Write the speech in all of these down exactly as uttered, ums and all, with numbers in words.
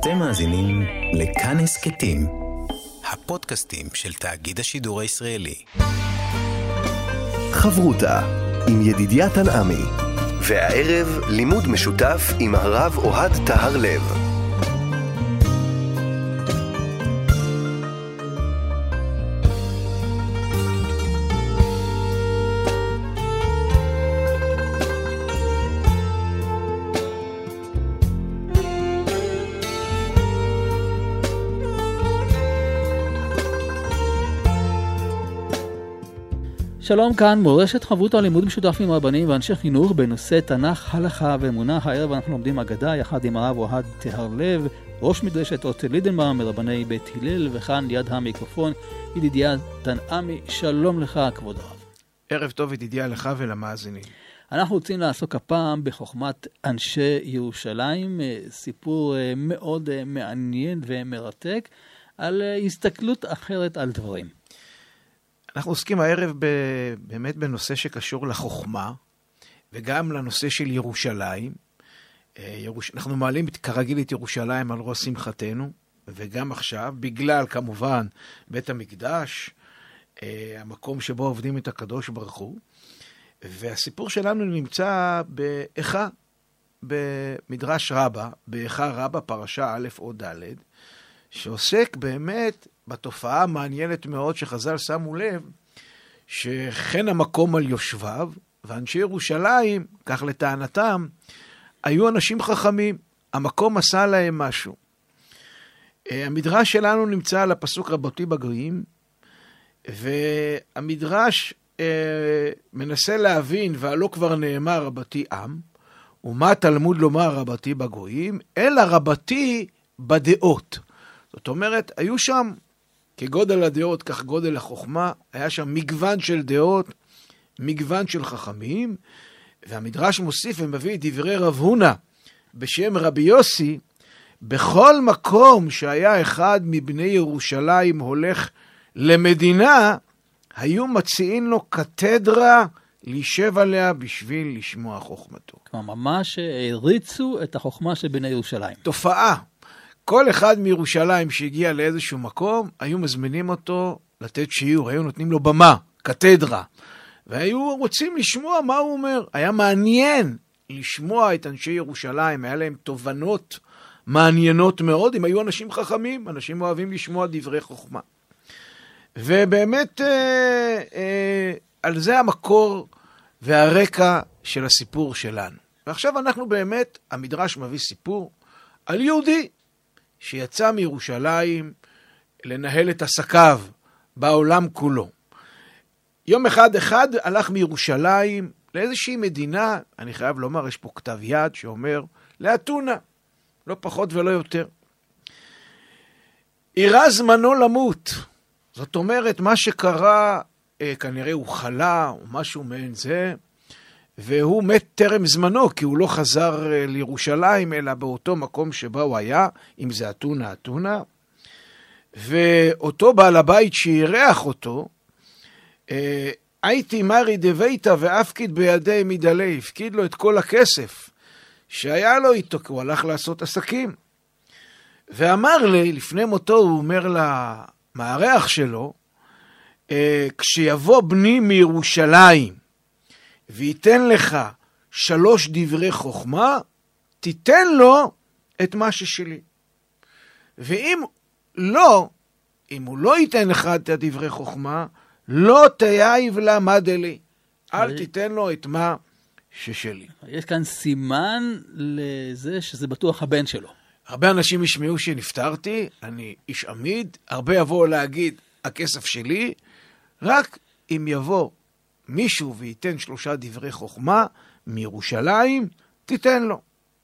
אתם מאזינים לכאן הסכתים, הפודקאסטים של תאגיד השידור הישראלי. חברותה עם ידידיה תנעמי, והערב לימוד משותף עם הרב אוהד טהר לב. שלום, כאן מורשת חברותא, לימוד משותף עם רבנים ואנשי חינוך בנושא תנ"ך, הלכה ואמונה. הערב אנחנו לומדים אגדה יחד עם הרב אוהד טהר לב, ראש מדרשת אורט לידנבאום מרבני בית הלל, וכאן ליד המיקרופון ידידיה תנעמי. שלום לך כבוד הרב. ערב טוב ידידיה לך ולמאזינים. אנחנו רוצים לעסוק הפעם בחוכמת אנשי ירושלים, סיפור מאוד מעניין ומרתק על הסתכלות אחרת על דברים. אנחנו עוסקים הערב ב, באמת בנושא שקשור לחוכמה, וגם לנושא של ירושלים. ירוש... אנחנו מעלים כרגיל את ירושלים על ראש שמחתנו, וגם עכשיו, בגלל כמובן בית המקדש, המקום שבו עובדים את הקדוש ברוך הוא, והסיפור שלנו נמצא באיכה, במדרש רבה, באיכה רבה, פרשה א' או ד', שעוסק באמת בתופעה המעניינת מאוד שחז"ל שמו לב, שכן המקום על יושביו, ואנשי ירושלים, כך לטענתם, היו אנשים חכמים, המקום עשה להם משהו. המדרש שלנו נמצא על הפסוק רבתי בגויים, והמדרש אה, מנסה להבין, והלא כבר נאמר רבתי עם, ומה תלמוד לומר רבתי בגויים, אלא רבתי בדעות. זאת אומרת, היו שם, כגודל הדעות, כך גודל החוכמה, היה שם מגוון של דעות, מגוון של חכמים, והמדרש מוסיף ומביא דברי רב הונא בשם רבי יוסי, בכל מקום שהיה אחד מבני ירושלים הולך למדינה, היו מציעים לו קתדרה להישב עליה בשביל לשמוע חוכמתו. כלומר, ממש הריצו את החוכמה של בני ירושלים. תופעה. כל אחד מירושלים שהגיע לאיזשהו מקום, היו מזמינים אותו לתת שיעור, היו נותנים לו במה, קתדרה, והיו רוצים לשמוע מה הוא אומר. היה מעניין לשמוע את אנשי ירושלים, היה להם תובנות מעניינות מאוד, הם היו אנשים חכמים, אנשים אוהבים לשמוע דברי חוכמה. ובאמת אה, אה, על זה המקור והרקע של הסיפור שלנו. ועכשיו אנחנו באמת, המדרש מביא סיפור על יהודי, שיצא מירושלים לנהל את עסקיו בעולם כולו. יום אחד אחד הלך מירושלים לאיזושהי מדינה, אני חייב לומר, יש פה כתב יד שאומר, לאתונה, לא פחות ולא יותר. אירע זמנו למות. זאת אומרת, מה שקרה, אה, כנראה הוא חלה או משהו מעין זה, והוא מת טרם זמנו, כי הוא לא חזר לירושלים, אלא באותו מקום שבה הוא היה, אם זה אתונה, אתונה. ואותו בעל הבית שירח אותו, הייתי מרי דביתה ואפקיד בידי מדלי, הפקיד לו את כל הכסף שהיה לו איתו, כי הוא הלך לעשות עסקים. ואמר לי, לפני מותו, הוא אומר למארח שלו, כשיבוא בני מירושלים, וייתן לך שלוש דברי חוכמה, תיתן לו את מה ששלי. ואם לא, אם הוא לא ייתן לך את הדברי חוכמה, לא תייב למד לי. אל תיתן לו את מה ששלי. יש כאן סימן לזה שזה בטוח הבן שלו. הרבה אנשים ישמעו שנפטרתי, אני איש עמיד, הרבה יבואו להגיד, הכסף שלי, רק אם יבוא מישהו וייתן שלושה דברי חוכמה מירושלים, תיתן לו.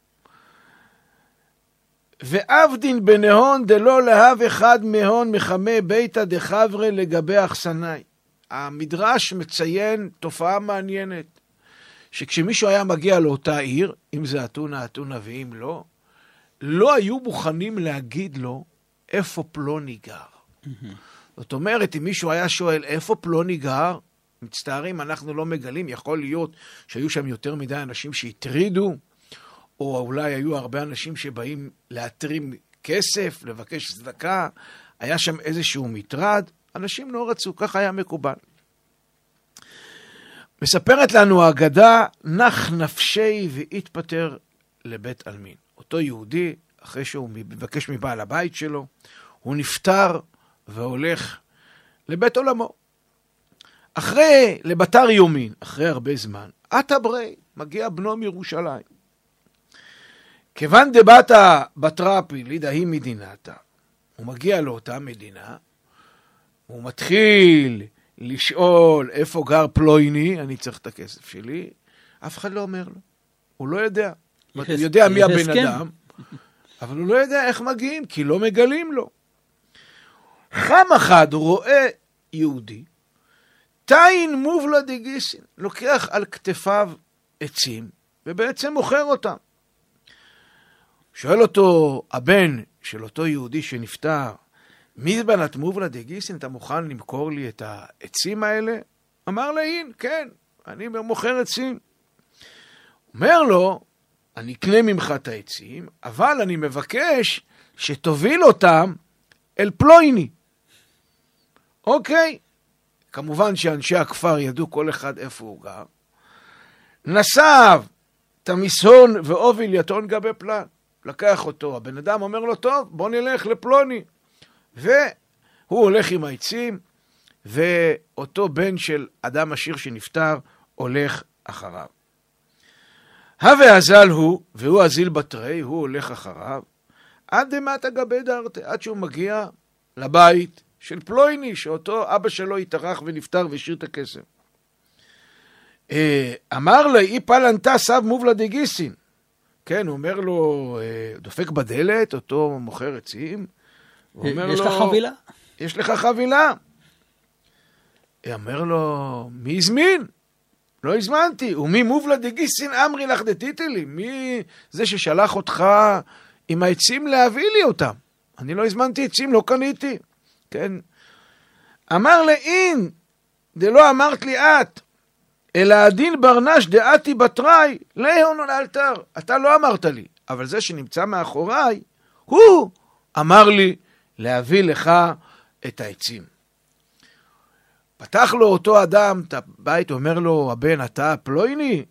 ועבדין בנהון דלא להב אחד מהון מחמי ביתא דחברי לגבי אכסנאי. המדרש מציין תופעה מעניינת, שכשמישהו היה מגיע לאותה עיר, אם זה אתונה, אתונה ואם לא, לא היו מוכנים להגיד לו איפה פלוני גר. Mm-hmm. זאת אומרת, אם מישהו היה שואל איפה פלוני גר, מצטערים, אנחנו לא מגלים, יכול להיות שהיו שם יותר מדי אנשים שהטרידו, או אולי היו הרבה אנשים שבאים להטרים כסף, לבקש צדקה, היה שם איזשהו מטרד, אנשים לא רצו, כך היה מקובל. מספרת לנו האגדה, נח נפשי והתפטר לבית אלמין. אותו יהודי, אחרי שהוא מבקש מבעל הבית שלו, הוא נפטר והולך לבית עולמו. אחרי, לבתר יומין, אחרי הרבה זמן, עתה ברי, מגיע בנו מירושלים. כיוון דבתה בתרפי לידה היא מדינתה, הוא מגיע לאותה מדינה, הוא מתחיל לשאול איפה גר פלויני, אני צריך את הכסף שלי, אף אחד לא אומר לו, הוא לא יודע. הוא יודע מי הבן אדם, אבל הוא לא יודע איך מגיעים, כי לא מגלים לו. חם אחד הוא רואה יהודי, תאין מובלה דגיסין, לוקח על כתפיו עצים, ובעצם מוכר אותם. שואל אותו הבן של אותו יהודי שנפטר, מי בנת מובלה דגיסין, אתה מוכן למכור לי את העצים האלה? אמר להין, כן, אני מוכר עצים. אומר לו, אני אקנה ממך את העצים, אבל אני מבקש שתוביל אותם אל פלויני. אוקיי, כמובן שאנשי הכפר ידעו כל אחד איפה הוא גר. נסב את המסהון והוביל יתון גבי פלן. לקח אותו, הבן אדם אומר לו, טוב, בוא נלך לפלוני. והוא הולך עם העצים, ואותו בן של אדם עשיר שנפטר הולך אחריו. הווה הזל הוא, והוא הזיל בתרי, הוא הולך אחריו, עד דמטה גבי דרתי, עד שהוא מגיע לבית של פלויני, שאותו אבא שלו התארח ונפטר והשאיר את הכסף. אמר לה, אי פלנטה סב מובלה דגיסין. כן, הוא אומר לו, דופק בדלת, אותו מוכר עצים. יש לך חבילה? יש לך חבילה. אומר לו, מי הזמין? לא הזמנתי. ומי מובלה דגיסין אמרי לך דתיתי לי? מי זה ששלח אותך עם העצים להביא לי אותם? אני לא הזמנתי עצים, לא קניתי. כן. אמר לאין, דלא אמרת לי את, אלא הדין ברנש דעתי בתראי, להון לאלתר. אתה לא אמרת לי, אבל זה שנמצא מאחוריי, הוא אמר לי להביא לך את העצים. פתח לו אותו אדם את הבית, אומר לו, הבן, אתה פלויני?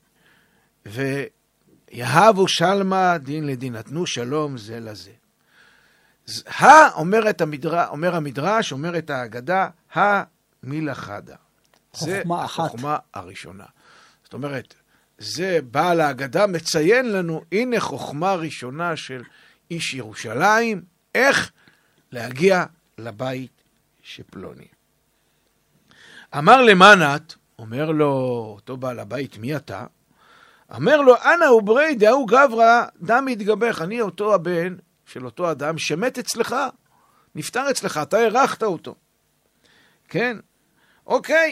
ויהבו שלמה דין לדין, נתנו שלום זה לזה. ה, אומרת המדרש, אומר המדרש, אומרת האגדה, המילה חדה. זה החוכמה הראשונה. זאת אומרת, זה בעל האגדה מציין לנו, הנה חוכמה ראשונה של איש ירושלים, איך להגיע לבית שפלוני. אמר למנת, אומר לו אותו בעל הבית, מי אתה? אומר לו, אנא וברי דאו גברא דם יתגבך, אני אותו הבן של אותו אדם שמת אצלך, נפטר אצלך, אתה ערכת אותו. כן? אוקיי.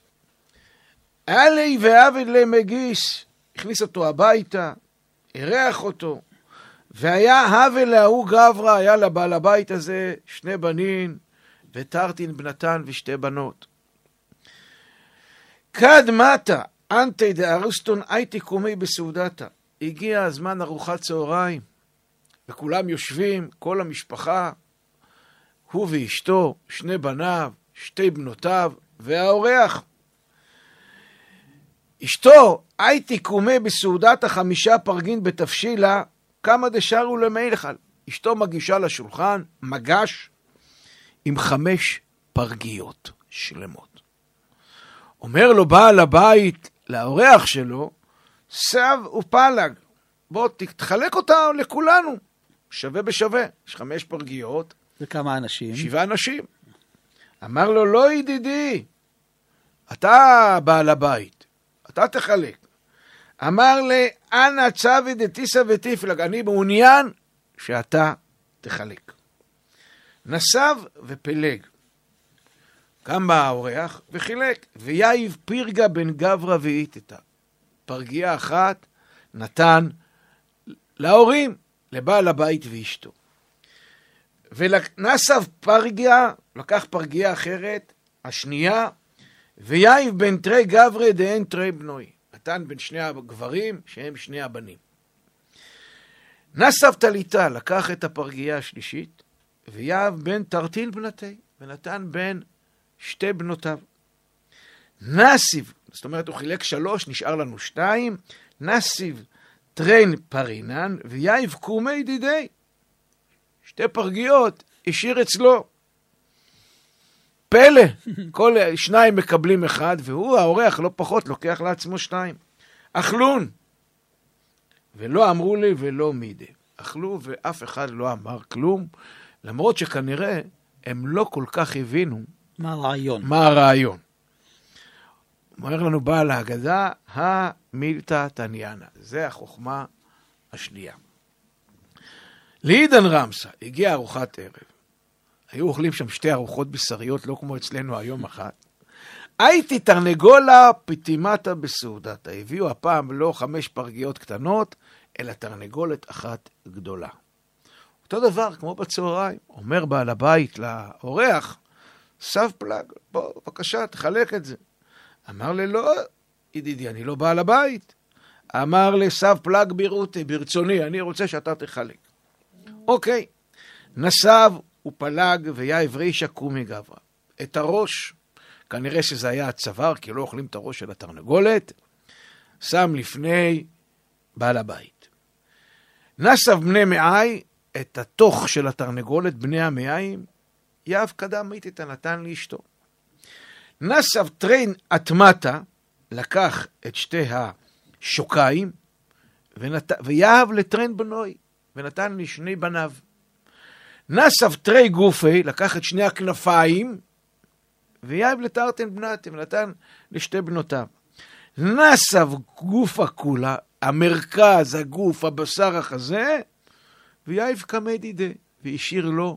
עלי ועבד למגיס, הכניס אותו הביתה, ערך אותו, והיה הווה להוא גברא, היה לבעל הבית הזה שני בנים, ותרתין בנתן ושתי בנות. כד מטה, אנטי דארוסטון הייתי קומי בסעודתה. הגיע הזמן ארוחת צהריים, וכולם יושבים, כל המשפחה, הוא ואשתו, שני בניו, שתי בנותיו, והאורח. אשתו, הייתי קומי בסעודת החמישה פרגין בתפשילה, כמה דשארו למילכל. אשתו מגישה לשולחן, מגש, עם חמש פרגיות שלמות. אומר לו בעל הבית לאורח שלו, סב ופלג, בוא תחלק אותה לכולנו, שווה בשווה, יש חמש פרגיות. וכמה אנשים? שבעה אנשים. אמר לו, לא ידידי, אתה בעל הבית, אתה תחלק. אמר לי, אנא צווי דתיסה ותפלג, אני מעוניין שאתה תחלק. נסב ופלג. קם באורח וחילק, ויאיב פירגה בן גברא ואיתתה. פרגייה אחת נתן להורים, לבעל הבית ואשתו. ונסב פרגיה, לקח פרגייה אחרת, השנייה, ויאיב בן תרי גברא דהן תרי בנוי. נתן בין שני הגברים שהם שני הבנים. נסב תליטה לקח את הפרגייה השלישית, ויהב בן תרתיל בנתי, ונתן בן שתי בנותיו. נסיב, זאת אומרת הוא חילק שלוש, נשאר לנו שתיים, נסיב טרן פרינן, ויהב קומי דידי. שתי פרגיות השאיר אצלו. פלא, כל שניים מקבלים אחד, והוא האורח לא פחות לוקח לעצמו שתיים. אכלון, ולא אמרו לי ולא מידי. אכלו ואף אחד לא אמר כלום, למרות שכנראה הם לא כל כך הבינו מה הרעיון. מה הרעיון. אומר לנו בעל ההגדה, המילתא תניאנה. זה החוכמה השנייה. לעידן רמסה, הגיעה ארוחת ערב. היו אוכלים שם שתי ארוחות בשריות, לא כמו אצלנו היום אחת. הייתי תרנגולה פתימתה בסעודתה. הביאו הפעם לא חמש פרגיות קטנות, אלא תרנגולת אחת גדולה. אותו דבר, כמו בצהריים, אומר בעל הבית לאורח, סב פלג, בוא, בבקשה, תחלק את זה. אמר לי, לא, ידידי, אני לא בעל הבית. אמר לי, סב פלג בירותי, ברצוני, אני רוצה שאתה תחלק. אוקיי, נסב ופלג ויהב רישא קומי גברא. את הראש, כנראה שזה היה הצוואר, כי לא אוכלים את הראש של התרנגולת, שם לפני בעל הבית. נסב בני מעי, את התוך של התרנגולת, בני המעיים, יהב קדם מיתתא נתן לאשתו. נסב טרין אטמתה, לקח את שתי השוקיים, ונת... ויהב לטרין בנוי, ונתן לשני בניו. נסב טרי גופי, לקח את שני הכנפיים, ויהב לתרתן בנתי, ונתן לשתי בנותיו. נסב גופה כולה, המרכז, הגוף, הבשר החזה, ויהב קמי דידי, והשאיר לו,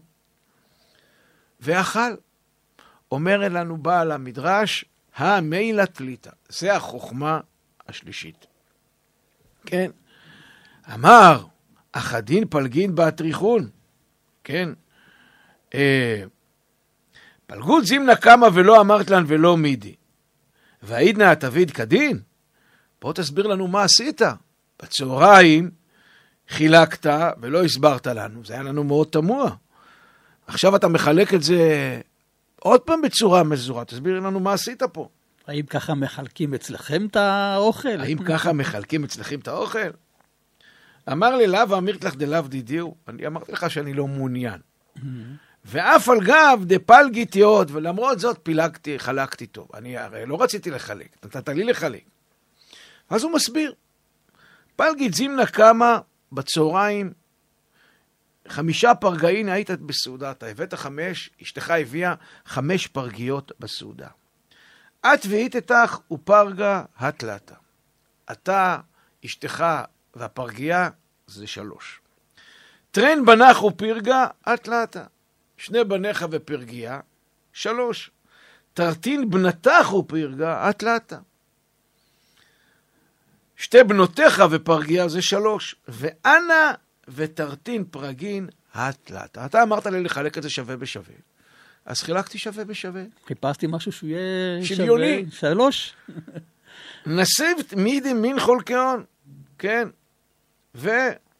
ואכל. אומר לנו בעל המדרש, המילתא תליטה. זה החוכמה השלישית. כן. אמר, אחדין פלגין באטריכון. כן. אה, פלגות זימנה קמה ולא אמרת לן ולא מידי. והעידנא התביד כדין. בוא תסביר לנו מה עשית. בצהריים חילקת ולא הסברת לנו. זה היה לנו מאוד תמוה. עכשיו אתה מחלק את זה עוד פעם בצורה מזורה. תסביר לנו מה עשית פה. האם ככה מחלקים אצלכם את האוכל? האם ככה מחלקים אצלכם את האוכל? אמר לי, לאו אמרת לך דלאו דידיו. אני אמרתי לך שאני לא מעוניין. ואף על גב דפלגיתיות, ולמרות זאת פילגתי, חלקתי טוב. אני הרי לא רציתי לחלק, נתת לי לחלק. אז הוא מסביר. פלגית זימנה קמה בצהריים, חמישה פרגאים היית בסעודה. אתה הבאת חמש, אשתך הביאה חמש פרגיות בסעודה. את והיית איתך ופרגה התלתה. אתה, אשתך והפרגייה זה שלוש. טרן בנך ופרגה התלתה. שני בניך ופרגייה, שלוש. תרתין בנתך ופרגה התלתה. שתי בנותיך ופרגייה זה שלוש. ואנה ותרתין פרגין התלתה. אתה אמרת לי לחלק את זה שווה בשווה. אז חילקתי שווה בשווה. חיפשתי משהו שהוא יהיה שוויוני. שווה. שלוש. נסיבת מידי מין חולקיון. כן. וכל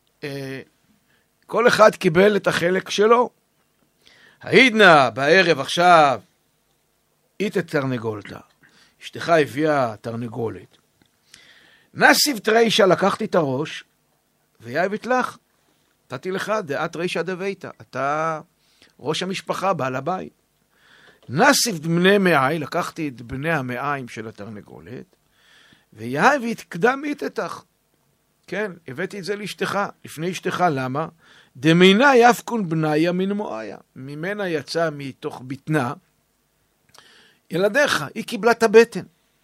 אה, אחד קיבל את החלק שלו. העידנא בערב עכשיו, אית את תרנגולתה. אשתך הביאה תרנגולת. נסיב רישא, לקחתי את הראש, ויהבת לך. נתתי לך, דעת רישא דביתא. אתה ראש המשפחה, בעל הבית. נסיב בני מעי, לקחתי את בני המעיים של התרנגולת, ויהבת קדם איתתך. כן, הבאתי את זה לאשתך, לפני אשתך, למה? דמינה יפקון בניה מן מואיה. ממנה יצא מתוך בטנה, ילדיך, היא קיבלה את הבטן.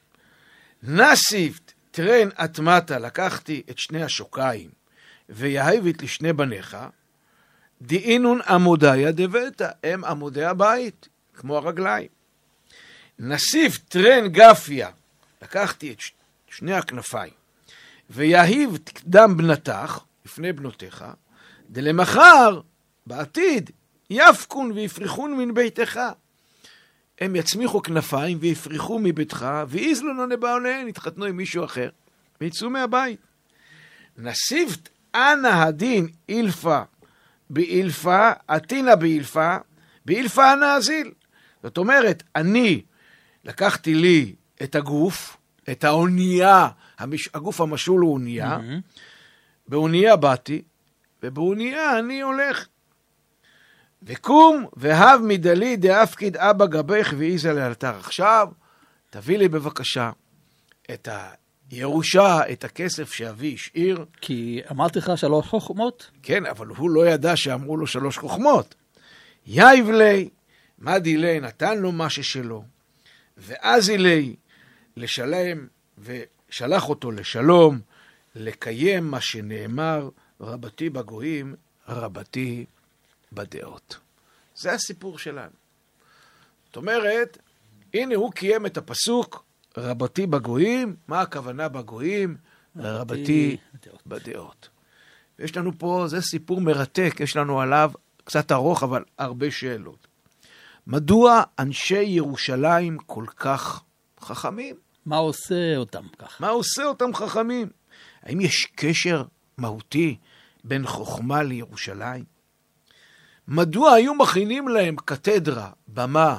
נסיבת טרן אטמתה, לקחתי את שני השוקיים, ויהבת לשני בניך, דאינון עמודיה דבטה, הם עמודי הבית, כמו הרגליים. נסיב טרן גפיה, לקחתי את שני הכנפיים, ויהיב דם בנתך, לפני בנותיך, דלמחר, בעתיד, יפקון ויפריחון מן ביתך. הם יצמיחו כנפיים ויפריחו מביתך, ואיזלו לא נבאו להן, יתחתנו עם מישהו אחר, ויצאו מהבית. נסיב אנא הדין אילפה באילפה, עתינה באילפה, באילפה אנא הזיל. זאת אומרת, אני לקחתי לי את הגוף, את האונייה, המש... הגוף המשול הוא אונייה, mm-hmm. באונייה באתי, ובאונייה אני הולך. וקום והב מדלי דאפקיד אבא גבך ואיזה לאלתר. עכשיו, תביא לי בבקשה את הירושה, את הכסף שאבי השאיר. כי אמרתי לך שלוש חוכמות? כן, אבל הוא לא ידע שאמרו לו שלוש חוכמות. יאיב לי, מה דילי, נתן לו מה ששלו. ואז אילי לשלם, ושלח אותו לשלום, לקיים מה שנאמר, רבתי בגויים, רבתי בדעות. זה הסיפור שלנו. זאת אומרת, הנה הוא קיים את הפסוק, רבתי בגויים, מה הכוונה בגויים? רבתי בדעות. יש לנו פה, זה סיפור מרתק, יש לנו עליו קצת ארוך, אבל הרבה שאלות. מדוע אנשי ירושלים כל כך חכמים? מה עושה אותם כך? מה עושה אותם חכמים? האם יש קשר מהותי בין חוכמה לירושלים? מדוע היו מכינים להם קתדרה, במה,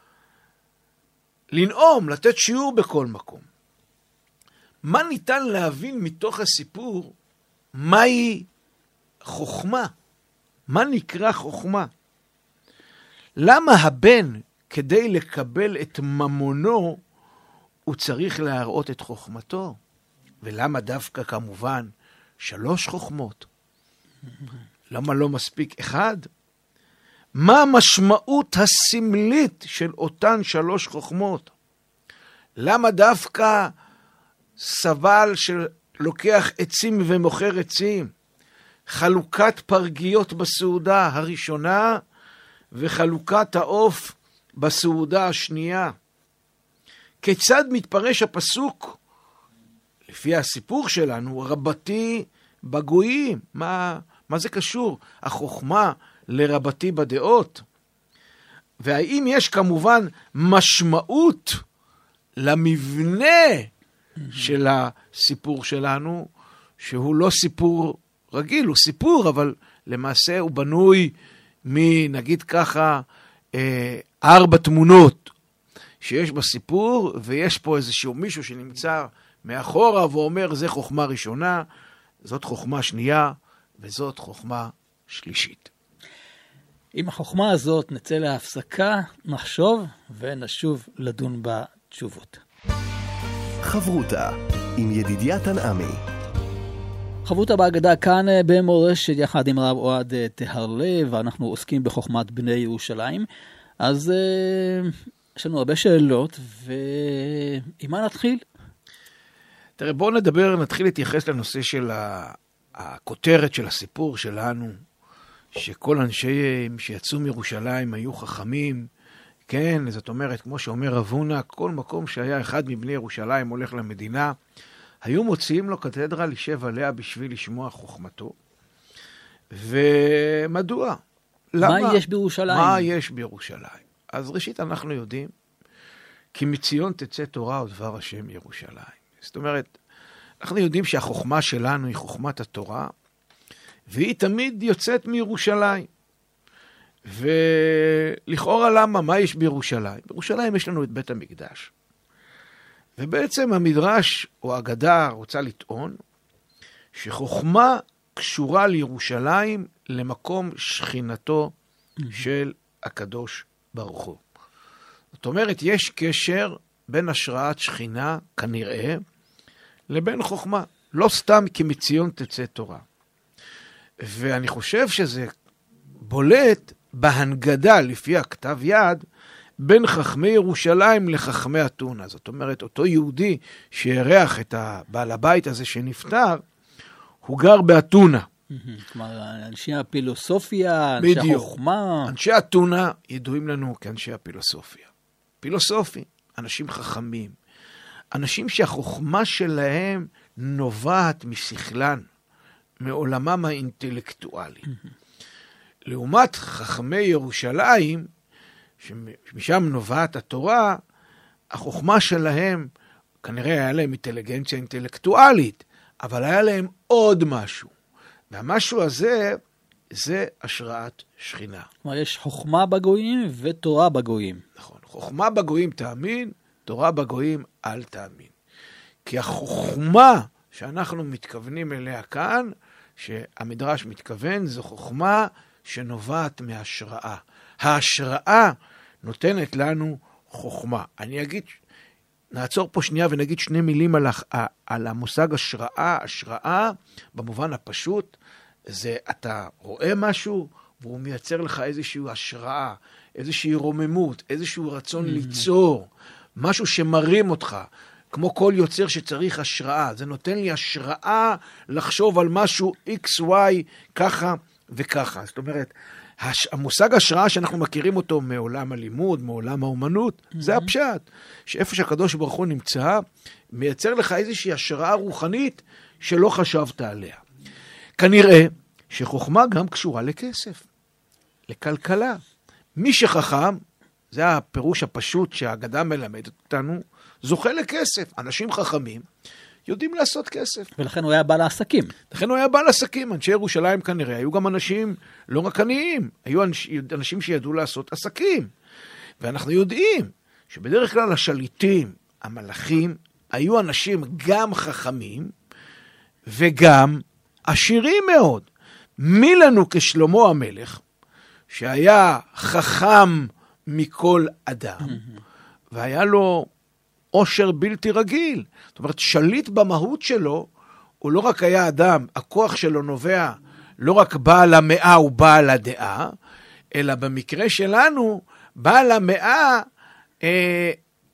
לנאום, לתת שיעור בכל מקום? מה ניתן להבין מתוך הסיפור? מהי חוכמה? מה נקרא חוכמה? למה הבן, כדי לקבל את ממונו, הוא צריך להראות את חוכמתו? ולמה דווקא כמובן שלוש חוכמות? למה לא מספיק אחד? מה המשמעות הסמלית של אותן שלוש חוכמות? למה דווקא סבל שלוקח עצים ומוכר עצים? חלוקת פרגיות בסעודה הראשונה וחלוקת העוף בסעודה השנייה. כיצד מתפרש הפסוק? לפי הסיפור שלנו, רבתי בגויים. מה, מה זה קשור? החוכמה לרבתי בדעות. והאם יש כמובן משמעות למבנה של הסיפור שלנו, שהוא לא סיפור רגיל, הוא סיפור, אבל למעשה הוא בנוי מנגיד ככה אה, ארבע תמונות שיש בסיפור, ויש פה איזשהו מישהו שנמצא מאחורה ואומר זה חוכמה ראשונה, זאת חוכמה שנייה, וזאת חוכמה שלישית. עם החוכמה הזאת נצא להפסקה, נחשוב ונשוב לדון בתשובות. חברותה עם ידידיה תנעמי. חברותה בהגדה כאן במורשת יחד עם רב אוהד תהרלב, ואנחנו עוסקים בחוכמת בני ירושלים. אז יש לנו הרבה שאלות, ועם מה נתחיל? תראה, בואו נדבר, נתחיל להתייחס לנושא של הכותרת של הסיפור שלנו, שכל אנשיהם שיצאו מירושלים היו חכמים, כן, זאת אומרת, כמו שאומר רב הונא, כל מקום שהיה אחד מבני ירושלים הולך למדינה, היו מוציאים לו קתדרה לשב עליה בשביל לשמוע חוכמתו. ומדוע? למה? מה יש בירושלים? מה יש בירושלים? אז ראשית אנחנו יודעים, כי מציון תצא תורה ודבר השם ירושלים. זאת אומרת, אנחנו יודעים שהחוכמה שלנו היא חוכמת התורה, והיא תמיד יוצאת מירושלים. ולכאורה למה? מה יש בירושלים? בירושלים יש לנו את בית המקדש. ובעצם המדרש או האגדה רוצה לטעון שחוכמה קשורה לירושלים למקום שכינתו של הקדוש ברוך הוא. זאת אומרת, יש קשר בין השראת שכינה, כנראה, לבין חוכמה. לא סתם כי מציון תצא תורה. ואני חושב שזה בולט בהנגדה, לפי הכתב יד, בין חכמי ירושלים לחכמי אתונה. זאת אומרת, אותו יהודי שהריח את הבעל הבית הזה שנפטר, הוא גר באתונה. כלומר, אנשי הפילוסופיה, אנשי החוכמה. אנשי אתונה ידועים לנו כאנשי הפילוסופיה. פילוסופים, אנשים חכמים, אנשים שהחוכמה שלהם נובעת משכלן, מעולמם האינטלקטואלי. לעומת חכמי ירושלים, שמשם נובעת התורה, החוכמה שלהם, כנראה היה להם אינטליגנציה אינטלקטואלית, אבל היה להם עוד משהו. והמשהו הזה, זה השראת שכינה. כלומר, יש חוכמה בגויים ותורה בגויים. נכון. חוכמה בגויים תאמין, תורה בגויים אל תאמין. כי החוכמה שאנחנו מתכוונים אליה כאן, שהמדרש מתכוון, זו חוכמה שנובעת מהשראה. ההשראה נותנת לנו חוכמה. אני אגיד, נעצור פה שנייה ונגיד שני מילים על, על המושג השראה. השראה, במובן הפשוט, זה אתה רואה משהו, והוא מייצר לך איזושהי השראה, איזושהי רוממות, איזשהו רצון mm-hmm. ליצור, משהו שמרים אותך, כמו כל יוצר שצריך השראה. זה נותן לי השראה לחשוב על משהו X, Y, ככה וככה. זאת אומרת, המושג השראה שאנחנו מכירים אותו מעולם הלימוד, מעולם האומנות, mm-hmm. זה הפשט. שאיפה שהקדוש ברוך הוא נמצא, מייצר לך איזושהי השראה רוחנית שלא חשבת עליה. כנראה שחוכמה גם קשורה לכסף, לכלכלה. מי שחכם, זה הפירוש הפשוט שהאגדה מלמדת אותנו, זוכה לכסף. אנשים חכמים יודעים לעשות כסף. ולכן הוא היה בעל העסקים. לכן הוא היה בעל עסקים. אנשי ירושלים כנראה, היו גם אנשים לא רק עניים, היו אנשים שידעו לעשות עסקים. ואנחנו יודעים שבדרך כלל השליטים, המלאכים, היו אנשים גם חכמים וגם עשירים מאוד. מי לנו כשלמה המלך, שהיה חכם מכל אדם, mm-hmm. והיה לו עושר בלתי רגיל. זאת אומרת, שליט במהות שלו, הוא לא רק היה אדם, הכוח שלו נובע לא רק בעל המאה ובעל הדעה, אלא במקרה שלנו, בעל המאה, אה,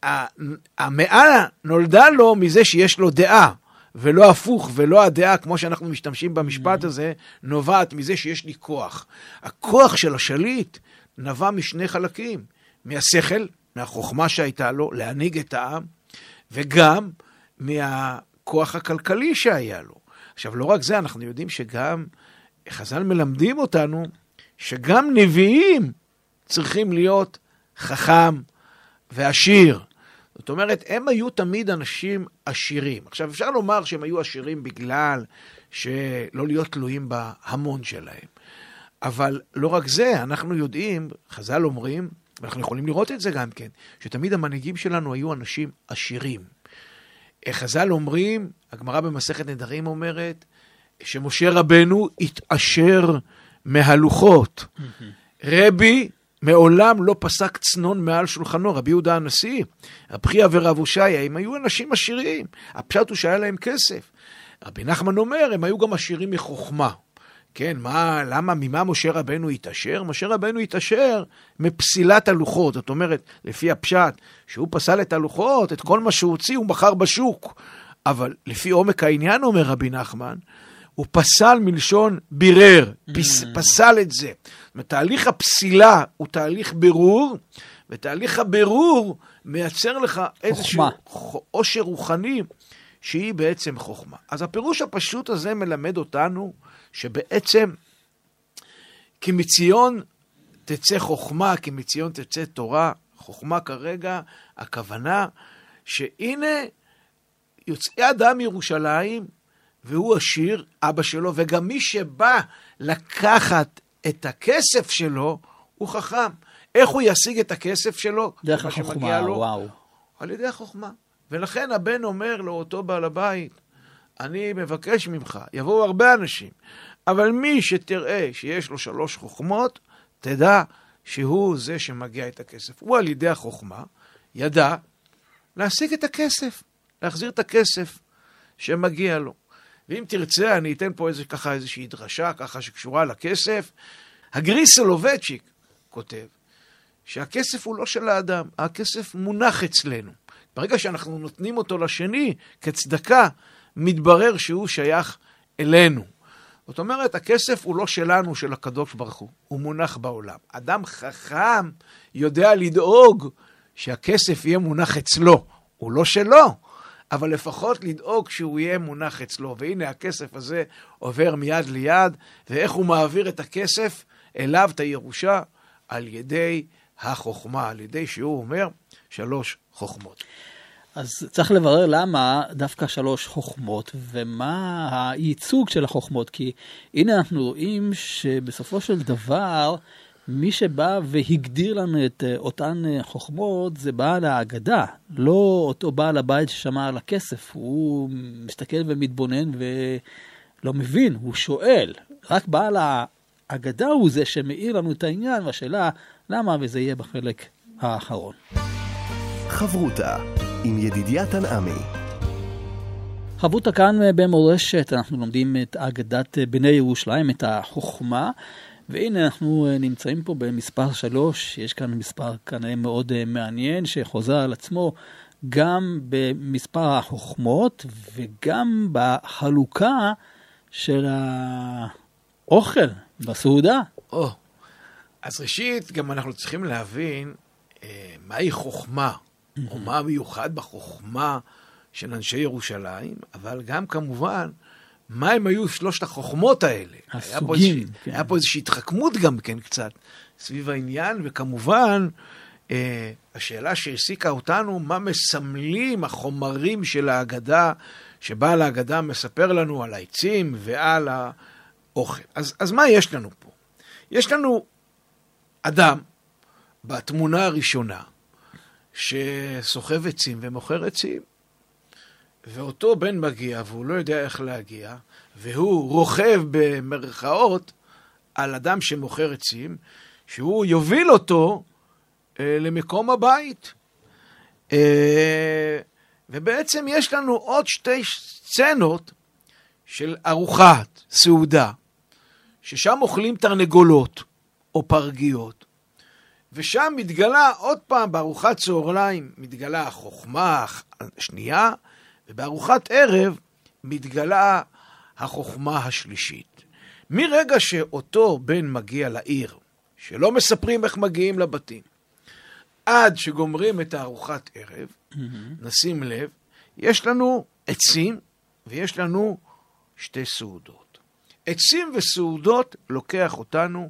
המאה נולדה לו מזה שיש לו דעה, ולא הפוך, ולא הדעה, כמו שאנחנו משתמשים במשפט הזה, נובעת מזה שיש לי כוח. הכוח של השליט נבע משני חלקים, מהשכל, מהחוכמה שהייתה לו, להנהיג את העם, וגם מהכוח הכלכלי שהיה לו. עכשיו, לא רק זה, אנחנו יודעים שגם, חז"ל מלמדים אותנו, שגם נביאים צריכים להיות חכם ועשיר. זאת אומרת, הם היו תמיד אנשים עשירים. עכשיו, אפשר לומר שהם היו עשירים בגלל שלא להיות תלויים בהמון שלהם. אבל לא רק זה, אנחנו יודעים, חז"ל אומרים, ואנחנו יכולים לראות את זה גם כן, שתמיד המנהיגים שלנו היו אנשים עשירים. חז"ל אומרים, הגמרא במסכת נדרים אומרת, שמשה רבנו התעשר מהלוחות. רבי מעולם לא פסק צנון מעל שולחנו, רבי יהודה הנשיא, רבי חייא ורב הושעיה, הם היו אנשים עשירים, הפשט הוא שהיה להם כסף. רבי נחמן אומר, הם היו גם עשירים מחוכמה. כן, מה, למה, ממה משה רבנו התעשר? משה רבנו התעשר מפסילת הלוחות, זאת אומרת, לפי הפשט, שהוא פסל את הלוחות, את כל מה שהוא הוציא, הוא מכר בשוק. אבל לפי עומק העניין, אומר רבי נחמן, הוא פסל מלשון בירר, פס, פסל את זה. תהליך הפסילה הוא תהליך ברור, ותהליך הברור מייצר לך איזשהו עושר רוחני, שהיא בעצם חוכמה. אז הפירוש הפשוט הזה מלמד אותנו, שבעצם כמציון תצא חוכמה, כמציון תצא תורה, חוכמה כרגע, הכוונה שהנה יוצא אדם מירושלים, והוא עשיר, אבא שלו, וגם מי שבא לקחת את הכסף שלו, הוא חכם. איך הוא ישיג את הכסף שלו? דרך החוכמה, לו, וואו. על ידי החוכמה. ולכן הבן אומר לאותו בעל הבית, אני מבקש ממך, יבואו הרבה אנשים, אבל מי שתראה שיש לו שלוש חוכמות, תדע שהוא זה שמגיע את הכסף. הוא על ידי החוכמה ידע להשיג את הכסף, להחזיר את הכסף שמגיע לו. ואם תרצה, אני אתן פה איזה, ככה איזושהי דרשה, ככה שקשורה לכסף. הגרי סולובייצ'יק כותב, שהכסף הוא לא של האדם, הכסף מונח אצלנו. ברגע שאנחנו נותנים אותו לשני כצדקה, מתברר שהוא שייך אלינו. זאת אומרת, הכסף הוא לא שלנו, של הקדוש ברוך הוא, הוא מונח בעולם. אדם חכם יודע לדאוג שהכסף יהיה מונח אצלו, הוא לא שלו, אבל לפחות לדאוג שהוא יהיה מונח אצלו. והנה הכסף הזה עובר מיד ליד, ואיך הוא מעביר את הכסף אליו, את הירושה, על ידי החוכמה, על ידי שהוא אומר שלוש חוכמות. אז צריך לברר למה דווקא שלוש חוכמות, ומה הייצוג של החוכמות, כי הנה אנחנו רואים שבסופו של דבר, מי שבא והגדיר לנו את אותן חוכמות, זה בעל ההגדה, לא אותו בעל הבית ששמע על הכסף, הוא מסתכל ומתבונן ולא מבין, הוא שואל, רק בעל ההגדה הוא זה שמאיר לנו את העניין, והשאלה למה, וזה יהיה בחלק האחרון. חברותה עם ידידיה תנעמי. חברותה כאן במורשת, אנחנו לומדים את אגדת בני ירושלים, את החוכמה, והנה אנחנו נמצאים פה במספר שלוש, יש כאן מספר כנראה מאוד מעניין, שחוזר על עצמו גם במספר החוכמות, וגם בחלוקה של האוכל, בסעודה. או, אז ראשית, גם אנחנו צריכים להבין אה, מהי חוכמה, או מה מיוחד בחוכמה של אנשי ירושלים, אבל גם כמובן, מה הם היו שלושת החוכמות האלה? הסוגים. היה פה, כן. היה פה איזושהי התחכמות גם כן קצת סביב העניין, וכמובן, אה, השאלה שהעסיקה אותנו, מה מסמלים החומרים של ההגדה, שבעל ההגדה מספר לנו על העצים ועל האוכל. אז, אז מה יש לנו פה? יש לנו אדם, בתמונה הראשונה, שסוחב עצים ומוכר עצים, ואותו בן מגיע, והוא לא יודע איך להגיע, והוא רוכב במרכאות על אדם שמוכר עצים, שהוא יוביל אותו אה, למקום הבית. אה, ובעצם יש לנו עוד שתי סצנות של ארוחת סעודה, ששם אוכלים תרנגולות או פרגיות, ושם מתגלה עוד פעם בארוחת צהריים, מתגלה החוכמה השנייה, ובארוחת ערב מתגלה החוכמה השלישית. מרגע שאותו בן מגיע לעיר, שלא מספרים איך מגיעים לבתים, עד שגומרים את הארוחת ערב, mm-hmm. נשים לב, יש לנו עצים ויש לנו שתי סעודות. עצים וסעודות לוקח אותנו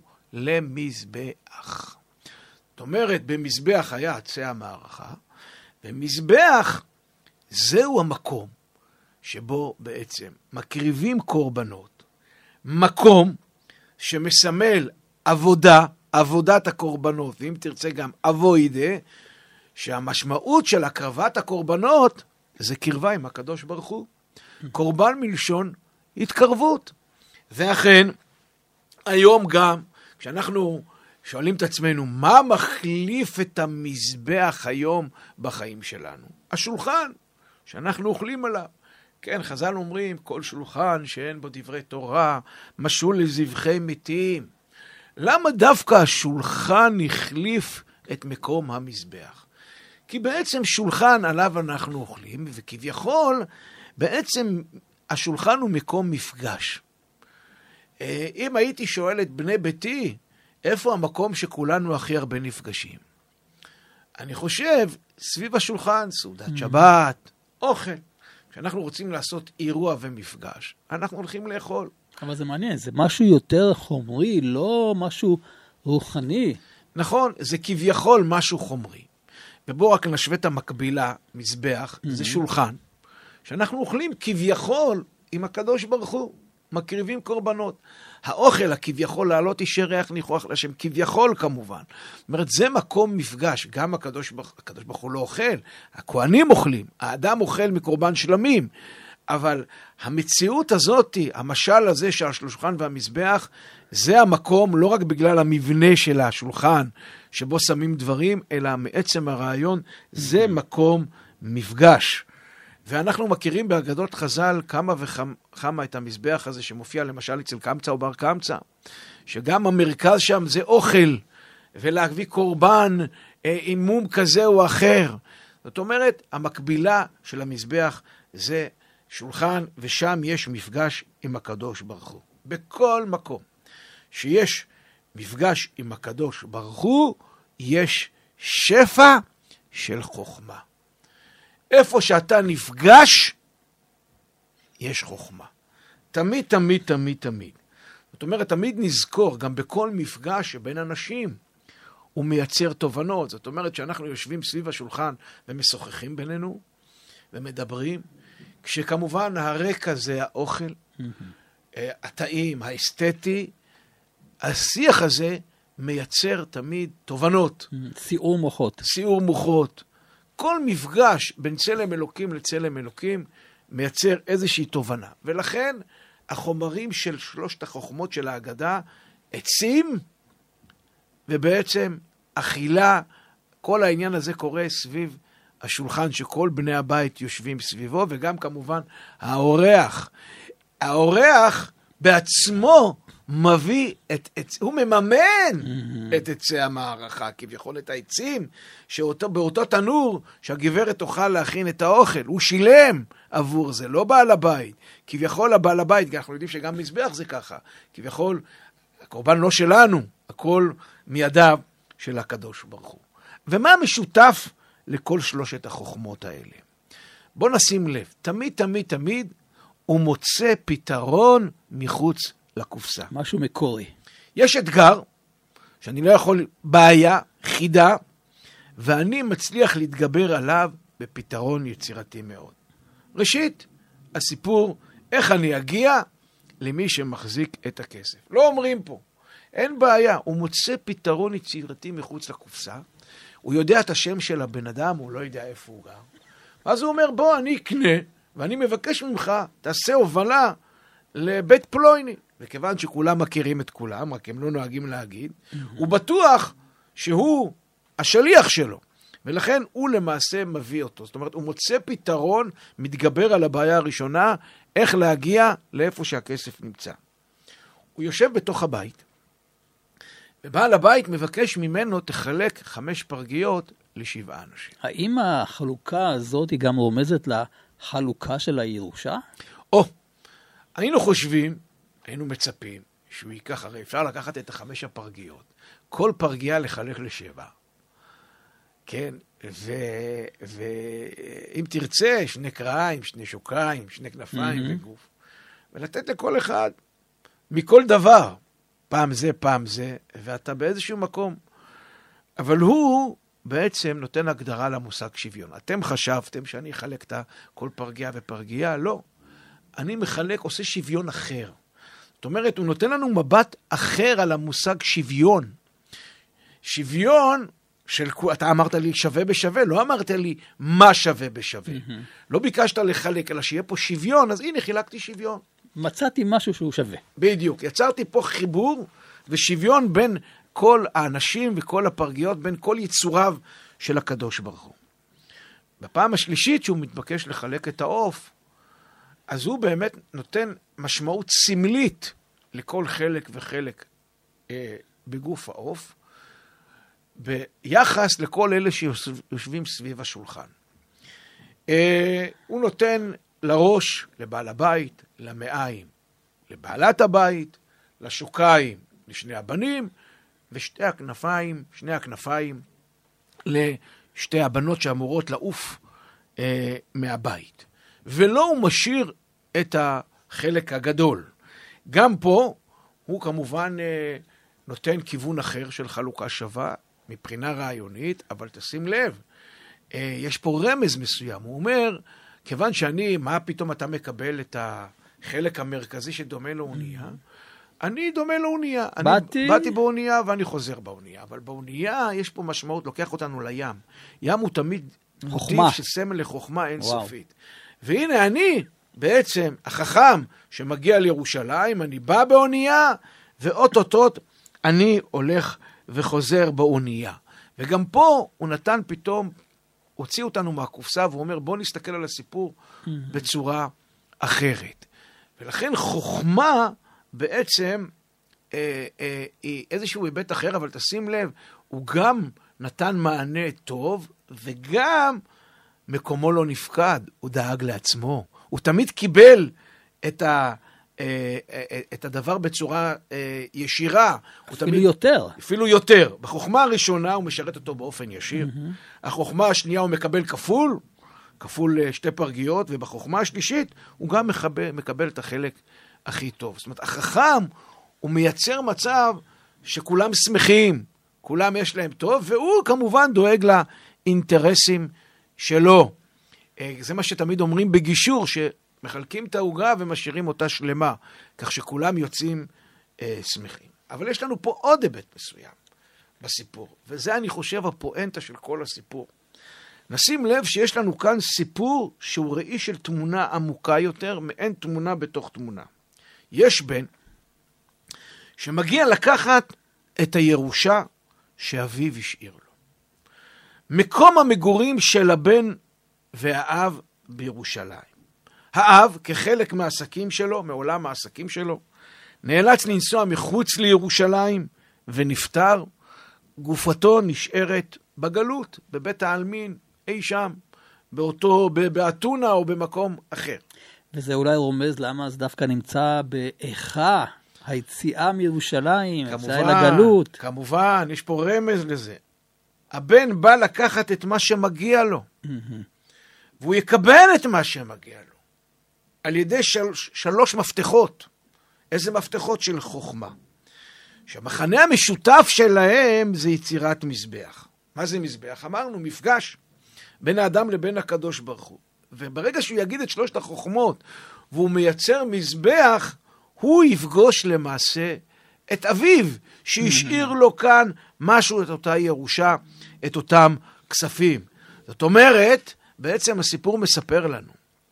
למזבח. זאת אומרת, במזבח היה עצי המערכה, ומזבח זהו המקום שבו בעצם מקריבים קורבנות, מקום שמסמל עבודה, עבודת הקורבנות, ואם תרצה גם אבוידה, שהמשמעות של הקרבת הקורבנות זה קרבה עם הקדוש ברוך הוא. קורבן מלשון התקרבות. ואכן, היום גם, כשאנחנו שואלים את עצמנו, מה מחליף את המזבח היום בחיים שלנו? השולחן שאנחנו אוכלים עליו. כן, חז"ל אומרים, כל שולחן שאין בו דברי תורה, משול לזבחי מתים. למה דווקא השולחן החליף את מקום המזבח? כי בעצם שולחן עליו אנחנו אוכלים, וכביכול, בעצם השולחן הוא מקום מפגש. אם הייתי שואל את בני ביתי, איפה המקום שכולנו הכי הרבה נפגשים? אני חושב, סביב השולחן, סעודת שבת, אוכל. כשאנחנו רוצים לעשות אירוע ומפגש, אנחנו הולכים לאכול. אבל זה מעניין, זה משהו יותר חומרי, לא משהו רוחני. נכון, זה כביכול משהו חומרי. ובואו רק נשווה את המקבילה, מזבח, mm-hmm. זה שולחן, שאנחנו אוכלים כביכול עם הקדוש ברוך הוא, מקריבים קורבנות. האוכל הכביכול לעלות אישי ריח ניחוח לשם, כביכול כמובן. זאת אומרת, זה מקום מפגש, גם הקדוש ברוך, הקדוש ברוך הוא לא אוכל, הכהנים אוכלים, האדם אוכל מקורבן שלמים, אבל המציאות הזאת, המשל הזה של השולחן והמזבח, זה המקום לא רק בגלל המבנה של השולחן, שבו שמים דברים, אלא מעצם הרעיון, זה מקום מפגש. ואנחנו מכירים באגדות חז"ל כמה וכמה את המזבח הזה שמופיע למשל אצל קמצא או בר קמצא, שגם המרכז שם זה אוכל, ולהביא קורבן עם מום כזה או אחר. זאת אומרת, המקבילה של המזבח זה שולחן, ושם יש מפגש עם הקדוש ברוך הוא. בכל מקום שיש מפגש עם הקדוש ברוך הוא, יש שפע של חוכמה. איפה שאתה נפגש, יש חוכמה. תמיד, תמיד, תמיד, תמיד. זאת אומרת, תמיד נזכור, גם בכל מפגש שבין אנשים, הוא מייצר תובנות. זאת אומרת, שאנחנו יושבים סביב השולחן ומשוחחים בינינו, ומדברים, כשכמובן הרקע זה האוכל, הטעים, האסתטי, השיח הזה מייצר תמיד תובנות. סיעור מוחות. סיעור מוחות. כל מפגש בין צלם אלוקים לצלם אלוקים מייצר איזושהי תובנה. ולכן החומרים של שלושת החוכמות של ההגדה, עצים ובעצם אכילה, כל העניין הזה קורה סביב השולחן שכל בני הבית יושבים סביבו, וגם כמובן האורח. האורח בעצמו מביא את, את הוא מממן mm-hmm. את עצי המערכה, כביכול את העצים, שאותו, באותו תנור שהגברת תוכל להכין את האוכל, הוא שילם עבור זה, לא בעל הבית. כביכול הבעל הבית, כי אנחנו יודעים שגם מזבח זה ככה, כביכול הקורבן לא שלנו, הכל מידיו של הקדוש ברוך הוא. ומה משותף לכל שלושת החוכמות האלה? בוא נשים לב, תמיד תמיד תמיד הוא מוצא פתרון מחוץ לקופסה. משהו מקורי. יש אתגר, שאני לא יכול, בעיה, חידה, ואני מצליח להתגבר עליו בפתרון יצירתי מאוד. ראשית, הסיפור, איך אני אגיע למי שמחזיק את הכסף. לא אומרים פה, אין בעיה, הוא מוצא פתרון יצירתי מחוץ לקופסה, הוא יודע את השם של הבן אדם, הוא לא יודע איפה הוא גר. אז הוא אומר, בוא, אני אקנה, ואני מבקש ממך, תעשה הובלה לבית פלויני. וכיוון שכולם מכירים את כולם, רק הם לא נוהגים להגיד, הוא בטוח שהוא השליח שלו. ולכן הוא למעשה מביא אותו. זאת אומרת, הוא מוצא פתרון, מתגבר על הבעיה הראשונה, איך להגיע לאיפה שהכסף נמצא. הוא יושב בתוך הבית, ובעל הבית מבקש ממנו, תחלק חמש פרגיות לשבעה אנשים. האם החלוקה הזאת היא גם רומזת לחלוקה של הירושה? או, היינו חושבים, היינו מצפים, שהוא ייקח, הרי אפשר לקחת את החמש הפרגיות, כל פרגייה לחלק לשבע. כן, ואם תרצה, שני קריים, שני שוקיים, שני כנפיים mm-hmm. וגוף. ולתת לכל אחד, מכל דבר, פעם זה, פעם זה, ואתה באיזשהו מקום. אבל הוא בעצם נותן הגדרה למושג שוויון. אתם חשבתם שאני אחלק את כל פרגייה ופרגייה? לא. אני מחלק, עושה שוויון אחר. זאת אומרת, הוא נותן לנו מבט אחר על המושג שוויון. שוויון של, אתה אמרת לי שווה בשווה, לא אמרת לי מה שווה בשווה. Mm-hmm. לא ביקשת לחלק, אלא שיהיה פה שוויון, אז הנה חילקתי שוויון. מצאתי משהו שהוא שווה. בדיוק, יצרתי פה חיבור ושוויון בין כל האנשים וכל הפרגיות, בין כל יצוריו של הקדוש ברוך הוא. בפעם השלישית שהוא מתבקש לחלק את העוף, אז הוא באמת נותן משמעות סמלית לכל חלק וחלק אה, בגוף העוף, ביחס לכל אלה שיושבים סביב השולחן. אה, הוא נותן לראש, לבעל הבית, למעיים, לבעלת הבית, לשוקיים, לשני הבנים, ושתי הכנפיים, שני הכנפיים, לשתי הבנות שאמורות לעוף אה, מהבית. ולא הוא משאיר את החלק הגדול. גם פה הוא כמובן אה, נותן כיוון אחר של חלוקה שווה, מבחינה רעיונית, אבל תשים לב, אה, יש פה רמז מסוים. הוא אומר, כיוון שאני, מה פתאום אתה מקבל את החלק המרכזי שדומה לאונייה? אני דומה לאונייה. באתי... אני באתי באונייה ואני חוזר באונייה. אבל באונייה יש פה משמעות, לוקח אותנו לים. ים הוא תמיד מוטיב של סמל לחוכמה אינסופית. והנה אני, בעצם, החכם שמגיע לירושלים, אני בא באונייה, ואוטוטוט אני הולך וחוזר באונייה. וגם פה הוא נתן פתאום, הוציא אותנו מהקופסה, והוא אומר, בוא נסתכל על הסיפור בצורה אחרת. ולכן חוכמה בעצם אה, אה, היא איזשהו היבט אחר, אבל תשים לב, הוא גם נתן מענה טוב, וגם מקומו לא נפקד, הוא דאג לעצמו. הוא תמיד קיבל את, ה, אה, אה, את הדבר בצורה אה, ישירה. אפילו תמיד, יותר. אפילו יותר. בחוכמה הראשונה הוא משרת אותו באופן ישיר. Mm-hmm. החוכמה השנייה הוא מקבל כפול, כפול שתי פרגיות, ובחוכמה השלישית הוא גם מקבל, מקבל את החלק הכי טוב. זאת אומרת, החכם הוא מייצר מצב שכולם שמחים, כולם יש להם טוב, והוא כמובן דואג לאינטרסים שלו. זה מה שתמיד אומרים בגישור, שמחלקים את העוגה ומשאירים אותה שלמה, כך שכולם יוצאים אה, שמחים. אבל יש לנו פה עוד היבט מסוים בסיפור, וזה אני חושב הפואנטה של כל הסיפור. נשים לב שיש לנו כאן סיפור שהוא ראי של תמונה עמוקה יותר, מעין תמונה בתוך תמונה. יש בן שמגיע לקחת את הירושה שאביו השאיר לו. מקום המגורים של הבן והאב בירושלים. האב, כחלק מהעסקים שלו, מעולם העסקים שלו, נאלץ לנסוע מחוץ לירושלים ונפטר. גופתו נשארת בגלות, בבית העלמין, אי שם, באותו, באתונה או במקום אחר. וזה אולי רומז למה זה דווקא נמצא באיכה, היציאה מירושלים, היציאה אל הגלות. כמובן, יש פה רמז לזה. הבן בא לקחת את מה שמגיע לו, והוא יקבל את מה שמגיע לו, על ידי של, שלוש מפתחות. איזה מפתחות? של חוכמה. שהמחנה המשותף שלהם זה יצירת מזבח. מה זה מזבח? אמרנו, מפגש בין האדם לבין הקדוש ברוך הוא. וברגע שהוא יגיד את שלושת החוכמות, והוא מייצר מזבח, הוא יפגוש למעשה את אביו, שהשאיר לו כאן משהו, את אותה ירושה, את אותם כספים. זאת אומרת, בעצם הסיפור מספר לנו,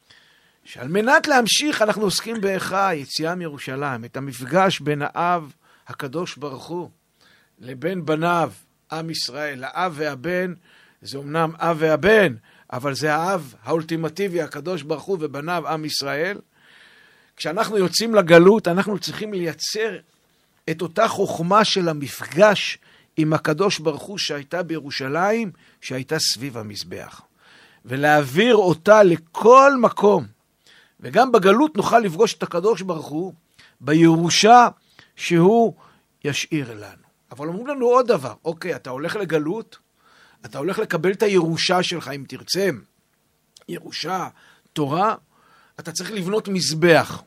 שעל מנת להמשיך אנחנו עוסקים באיכה, יציאה מירושלים, את המפגש בין האב הקדוש ברוך הוא לבין בניו, עם ישראל. האב והבן, זה אומנם אב והבן, אבל זה האב האולטימטיבי, הקדוש ברוך הוא, ובניו עם ישראל. כשאנחנו יוצאים לגלות, אנחנו צריכים לייצר את אותה חוכמה של המפגש עם הקדוש ברוך הוא שהייתה בירושלים, שהייתה סביב המזבח. ולהעביר אותה לכל מקום. וגם בגלות נוכל לפגוש את הקדוש ברוך הוא בירושה שהוא ישאיר לנו. אבל אומרים לנו עוד דבר, אוקיי, אתה הולך לגלות, אתה הולך לקבל את הירושה שלך, אם תרצה, ירושה, תורה, אתה צריך לבנות מזבח.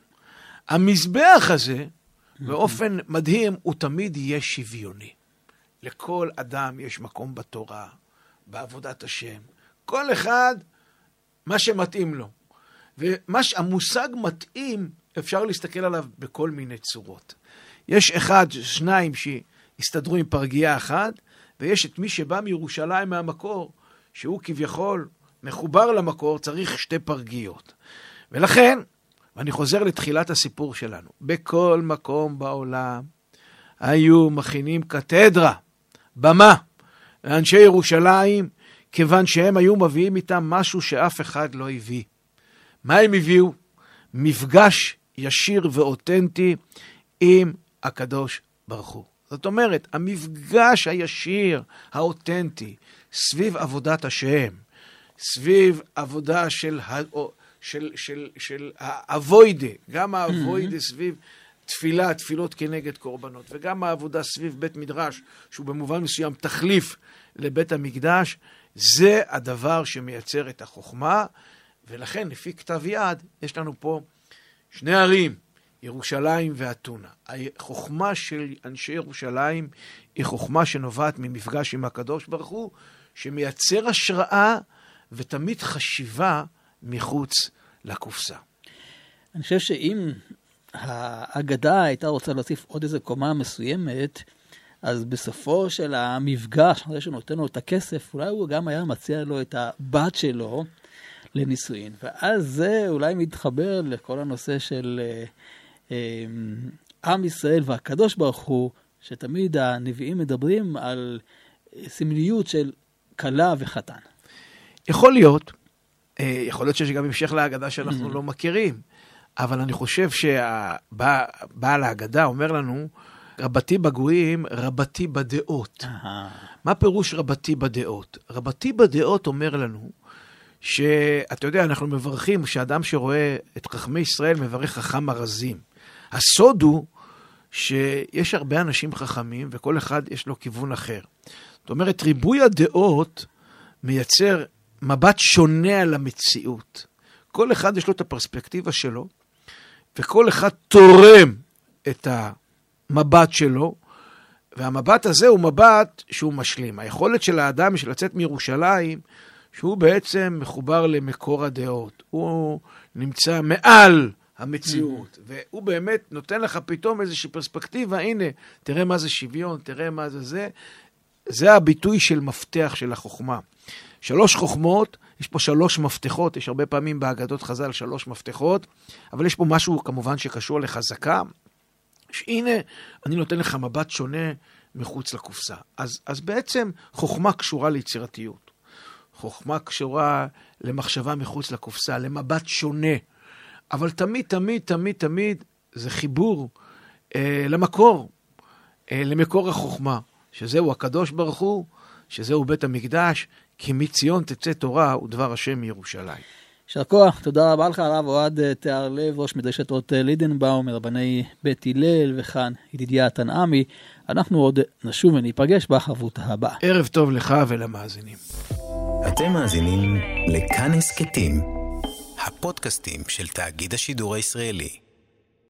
המזבח הזה, באופן מדהים, הוא תמיד יהיה שוויוני. לכל אדם יש מקום בתורה, בעבודת השם. כל אחד, מה שמתאים לו. והמושג מתאים, אפשר להסתכל עליו בכל מיני צורות. יש אחד, שניים שהסתדרו עם פרגייה אחת, ויש את מי שבא מירושלים מהמקור, שהוא כביכול מחובר למקור, צריך שתי פרגיות. ולכן, ואני חוזר לתחילת הסיפור שלנו, בכל מקום בעולם היו מכינים קתדרה, במה, לאנשי ירושלים, כיוון שהם היו מביאים איתם משהו שאף אחד לא הביא. מה הם הביאו? מפגש ישיר ואותנטי עם הקדוש ברוך הוא. זאת אומרת, המפגש הישיר, האותנטי, סביב עבודת השם, סביב עבודה של, של, של, של האבוידה, גם האבוידה סביב תפילה, תפילות כנגד קורבנות, וגם העבודה סביב בית מדרש, שהוא במובן מסוים תחליף לבית המקדש, זה הדבר שמייצר את החוכמה, ולכן לפי כתב יד יש לנו פה שני ערים, ירושלים ואתונה. החוכמה של אנשי ירושלים היא חוכמה שנובעת ממפגש עם הקדוש ברוך הוא, שמייצר השראה ותמיד חשיבה מחוץ לקופסה. אני חושב שאם האגדה הייתה רוצה להוסיף עוד איזה קומה מסוימת, אז בסופו של המפגש, אחרי שנותן לו את הכסף, אולי הוא גם היה מציע לו את הבת שלו לנישואין. ואז זה אולי מתחבר לכל הנושא של אה, אה, עם ישראל והקדוש ברוך הוא, שתמיד הנביאים מדברים על סמליות של כלה וחתן. יכול להיות, אה, יכול להיות שיש גם המשך להגדה שאנחנו לא מכירים, אבל אני חושב שהבעל ההגדה אומר לנו, רבתי בגויים, רבתי בדעות. מה פירוש רבתי בדעות? רבתי בדעות אומר לנו, שאתה יודע, אנחנו מברכים, שאדם שרואה את חכמי ישראל מברך חכם ארזים. הסוד הוא שיש הרבה אנשים חכמים, וכל אחד יש לו כיוון אחר. זאת אומרת, ריבוי הדעות מייצר מבט שונה על המציאות. כל אחד יש לו את הפרספקטיבה שלו, וכל אחד תורם את המבט שלו, והמבט הזה הוא מבט שהוא משלים. היכולת של האדם של לצאת מירושלים, שהוא בעצם מחובר למקור הדעות. הוא נמצא מעל המציאות, והוא באמת נותן לך פתאום איזושהי פרספקטיבה, הנה, תראה מה זה שוויון, תראה מה זה זה. זה הביטוי של מפתח של החוכמה. שלוש חוכמות, יש פה שלוש מפתחות, יש הרבה פעמים בהגדות חז"ל שלוש מפתחות, אבל יש פה משהו כמובן שקשור לחזקה, שהנה, אני נותן לך מבט שונה מחוץ לקופסה. אז, אז בעצם חוכמה קשורה ליצירתיות. חוכמה קשורה למחשבה מחוץ לקופסה, למבט שונה. אבל תמיד, תמיד, תמיד, תמיד, זה חיבור אה, למקור, אה, למקור החוכמה, שזהו הקדוש ברוך הוא, שזהו בית המקדש, כי מציון תצא תורה ודבר השם מירושלים. יישר כוח, תודה רבה לך הרב אוהד תיארלב, ראש מדרשת אות לידנבאום, מרבני בית הלל, וכאן ידידיה תנעמי. אנחנו עוד נשוב וניפגש בחברות הבאה. ערב טוב לך ולמאזינים. אתם מאזינים לכאן הסכתים, הפודקאסטים של תאגיד השידור הישראלי.